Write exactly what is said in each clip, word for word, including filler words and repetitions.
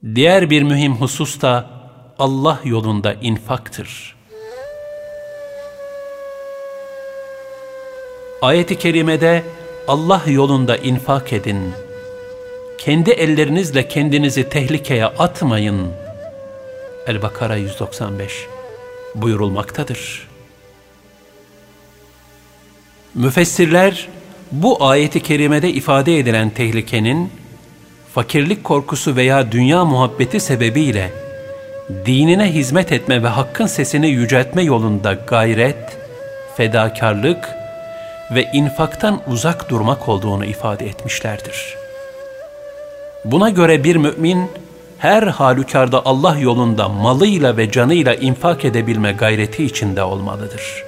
Diğer bir mühim husus da Allah yolunda infaktır. Ayet-i kerimede Allah yolunda infak edin, kendi ellerinizle kendinizi tehlikeye atmayın, El-Bakara yüz doksan beş buyurulmaktadır. Müfessirler bu ayet-i kerimede ifade edilen tehlikenin fakirlik korkusu veya dünya muhabbeti sebebiyle dinine hizmet etme ve hakkın sesini yüceltme yolunda gayret, fedakarlık ve infaktan uzak durmak olduğunu ifade etmişlerdir. Buna göre bir mümin her halükarda Allah yolunda malıyla ve canıyla infak edebilme gayreti içinde olmalıdır.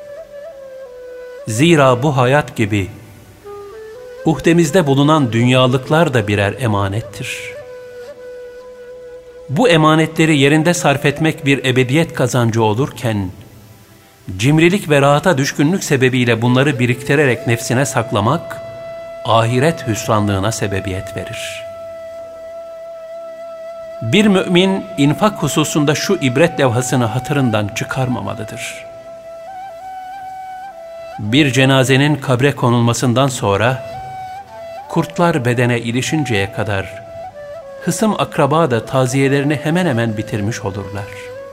Zira bu hayat gibi uhdemizde bulunan dünyalıklar da birer emanettir. Bu emanetleri yerinde sarf etmek bir ebediyet kazancı olurken, cimrilik ve rahata düşkünlük sebebiyle bunları biriktirerek nefsine saklamak, ahiret hüsranlığına sebebiyet verir. Bir mümin, infak hususunda şu ibret levhasını hatırından çıkarmamalıdır. Bir cenazenin kabre konulmasından sonra, kurtlar bedene ilişinceye kadar, hısım akraba da taziyelerini hemen hemen bitirmiş olurlar.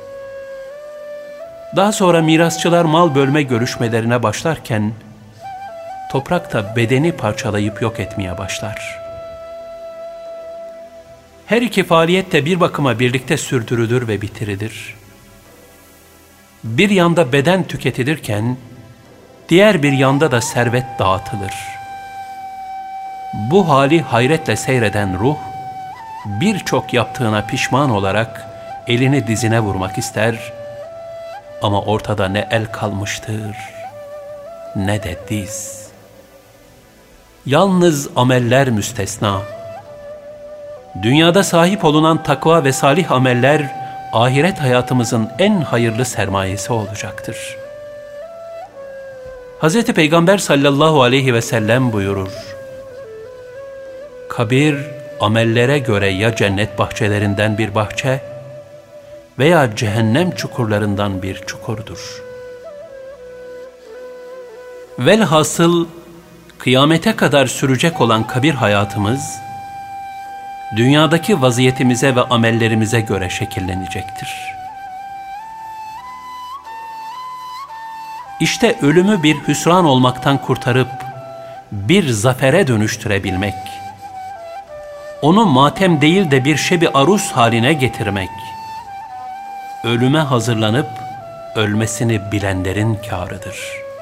Daha sonra mirasçılar mal bölme görüşmelerine başlarken, toprak da bedeni parçalayıp yok etmeye başlar. Her iki faaliyet de bir bakıma birlikte sürdürülür ve bitirilir. Bir yanda beden tüketilirken, diğer bir yanda da servet dağıtılır. Bu hali hayretle seyreden ruh, birçok yaptığına pişman olarak elini dizine vurmak ister, ama ortada ne el kalmıştır, ne de diz. Yalnız ameller müstesna. Dünyada sahip olunan takva ve salih ameller, ahiret hayatımızın en hayırlı sermayesi olacaktır. Hazreti Peygamber sallallahu aleyhi ve sellem buyurur: kabir, amellere göre ya cennet bahçelerinden bir bahçe veya cehennem çukurlarından bir çukurdur. Velhasıl, kıyamete kadar sürecek olan kabir hayatımız, dünyadaki vaziyetimize ve amellerimize göre şekillenecektir. İşte ölümü bir hüsran olmaktan kurtarıp bir zafere dönüştürebilmek, onu matem değil de bir şebi arus haline getirmek, ölüme hazırlanıp ölmesini bilenlerin kârıdır.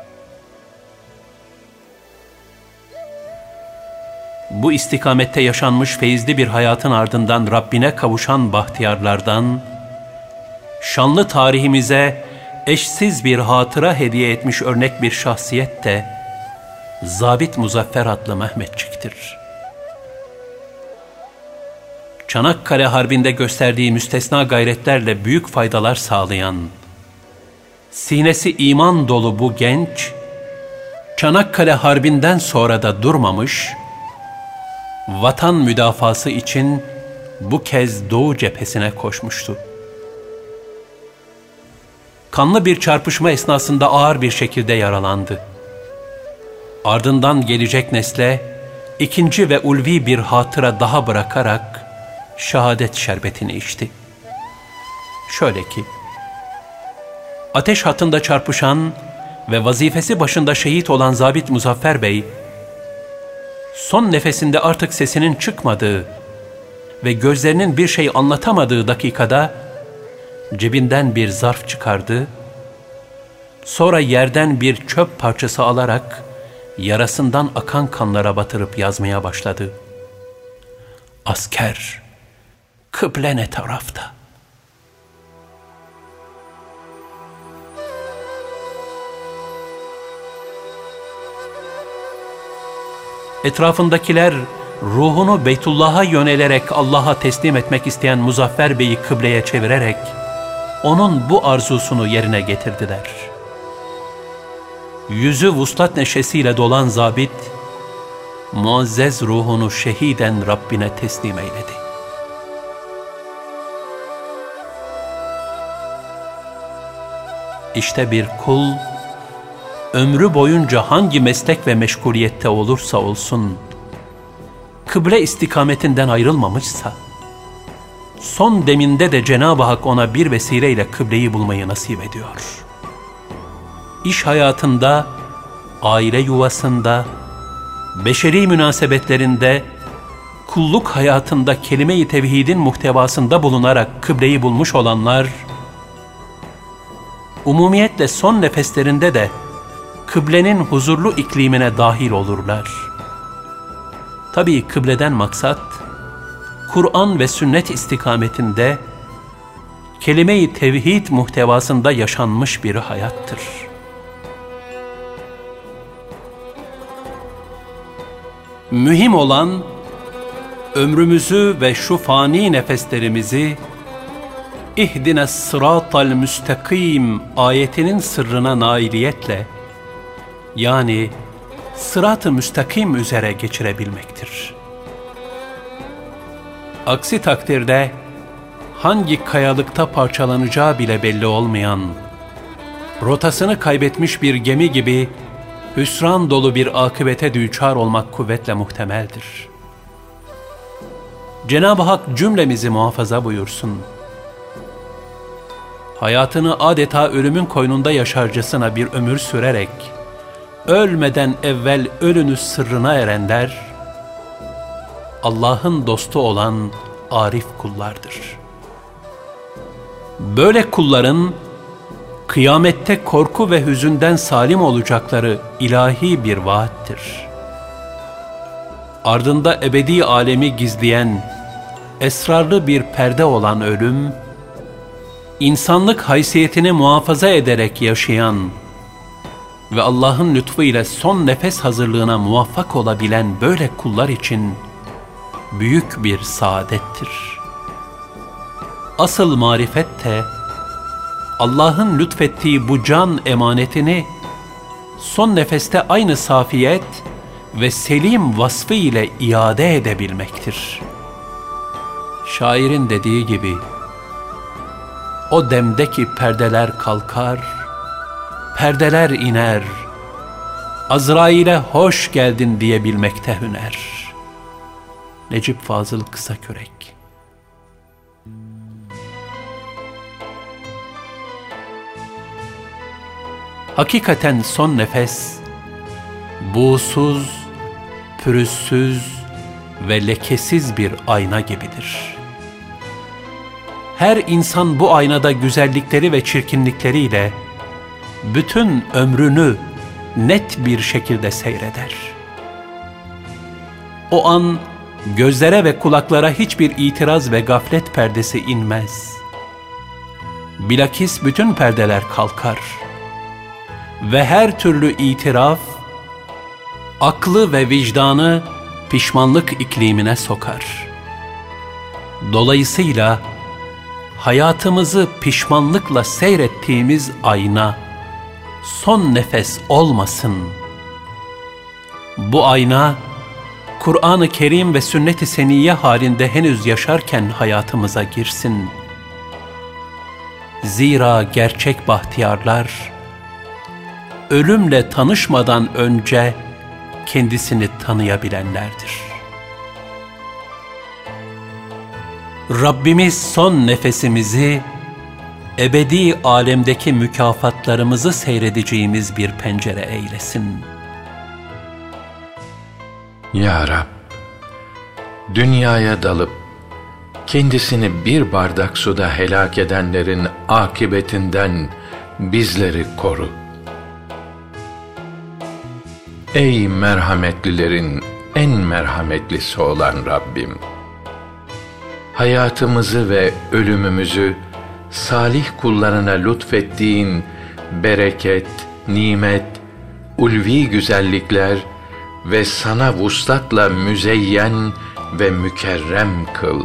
Bu istikamette yaşanmış feyizli bir hayatın ardından Rabbine kavuşan bahtiyarlardan, şanlı tarihimize eşsiz bir hatıra hediye etmiş örnek bir şahsiyet de Zabit Muzaffer adlı Mehmetçik'tir. Çanakkale Harbi'nde gösterdiği müstesna gayretlerle büyük faydalar sağlayan, sinesi iman dolu bu genç, Çanakkale Harbi'nden sonra da durmamış, vatan müdafası için bu kez Doğu cephesine koşmuştu. Kanlı bir çarpışma esnasında ağır bir şekilde yaralandı. Ardından gelecek nesle ikinci ve ulvi bir hatıra daha bırakarak şehadet şerbetini içti. Şöyle ki, ateş hattında çarpışan ve vazifesi başında şehit olan Zabit Muzaffer Bey, son nefesinde artık sesinin çıkmadığı ve gözlerinin bir şey anlatamadığı dakikada cebinden bir zarf çıkardı, sonra yerden bir çöp parçası alarak yarasından akan kanlara batırıp yazmaya başladı: asker, kıble ne tarafta? Etrafındakiler ruhunu Beytullah'a yönelerek Allah'a teslim etmek isteyen Muzaffer Bey'i kıbleye çevirerek onun bu arzusunu yerine getirdiler. Yüzü vuslat neşesiyle dolan zabit, muazzez ruhunu şehiden Rabbine teslim eyledi. İşte bir kul, ömrü boyunca hangi meslek ve meşguliyette olursa olsun, kıble istikametinden ayrılmamışsa, son deminde de Cenab-ı Hak ona bir vesileyle kıbleyi bulmayı nasip ediyor. İş hayatında, aile yuvasında, beşeri münasebetlerinde, kulluk hayatında kelime-i tevhidin muhtevasında bulunarak kıbleyi bulmuş olanlar, umumiyetle son nefeslerinde de kıblenin huzurlu iklimine dahil olurlar. Tabii kıbleden maksat, Kur'an ve sünnet istikametinde, kelime-i tevhid muhtevasında yaşanmış bir hayattır. Mühim olan, ömrümüzü ve şu fani nefeslerimizi İhdines sıratal müstakim ayetinin sırrına nailiyetle, yani sırat-ı müstakim üzere geçirebilmektir. Aksi takdirde hangi kayalıkta parçalanacağı bile belli olmayan, rotasını kaybetmiş bir gemi gibi hüsran dolu bir akıbete düçar olmak kuvvetle muhtemeldir. Cenab-ı Hak cümlemizi muhafaza buyursun. Hayatını adeta ölümün koynunda yaşarcasına bir ömür sürerek, ölmeden evvel ölünüz sırrına erenler, Allah'ın dostu olan arif kullardır. Böyle kulların, kıyamette korku ve hüzünden salim olacakları ilahi bir vaattir. Ardında ebedi alemi gizleyen, esrarlı bir perde olan ölüm, insanlık haysiyetini muhafaza ederek yaşayan ve Allah'ın lütfu ile son nefes hazırlığına muvaffak olabilen böyle kullar için büyük bir saadettir. Asıl marifet de, Allah'ın lütfettiği bu can emanetini son nefeste aynı safiyet ve selim vasfı ile iade edebilmektir. Şairin dediği gibi, o demdeki perdeler kalkar, perdeler iner, Azrail'e hoş geldin diyebilmekte hüner. Necip Fazıl Kısakürek. Hakikaten son nefes, buğsuz, pürüzsüz ve lekesiz bir ayna gibidir. Her insan bu aynada güzellikleri ve çirkinlikleriyle bütün ömrünü net bir şekilde seyreder. O an gözlere ve kulaklara hiçbir itiraz ve gaflet perdesi inmez. Bilakis bütün perdeler kalkar ve her türlü itiraf, aklı ve vicdanı pişmanlık iklimine sokar. Dolayısıyla hayatımızı pişmanlıkla seyrettiğimiz ayna son nefes olmasın. Bu ayna, Kur'an-ı Kerim ve sünnet-i seniyye halinde henüz yaşarken hayatımıza girsin. Zira gerçek bahtiyarlar, ölümle tanışmadan önce kendisini tanıyabilenlerdir. Rabbimiz son nefesimizi, ebedi alemdeki mükafatlarımızı seyredeceğimiz bir pencere eylesin. Ya Rab, dünyaya dalıp kendisini bir bardak suda helak edenlerin akıbetinden bizleri koru. Ey merhametlilerin en merhametlisi olan Rabbim! Hayatımızı ve ölümümüzü salih kullarına lütfettiğin bereket, nimet, ulvi güzellikler ve sana vuslatla müzeyyen ve mükerrem kıl.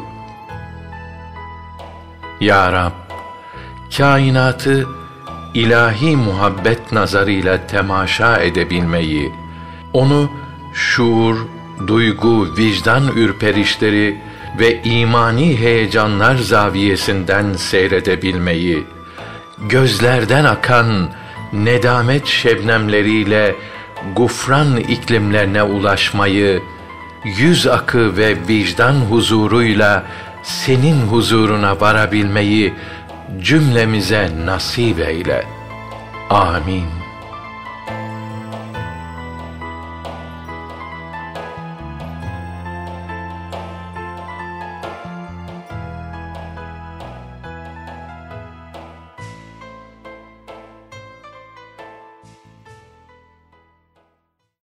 Ya Rab, kainatı ilahi muhabbet nazarıyla temaşa edebilmeyi, onu şuur, duygu, vicdan ürperişleri ve imani heyecanlar zaviyesinden seyredebilmeyi, gözlerden akan nedamet şebnemleriyle gufran iklimlerine ulaşmayı, yüz akı ve vicdan huzuruyla senin huzuruna varabilmeyi cümlemize nasip eyle. Amin.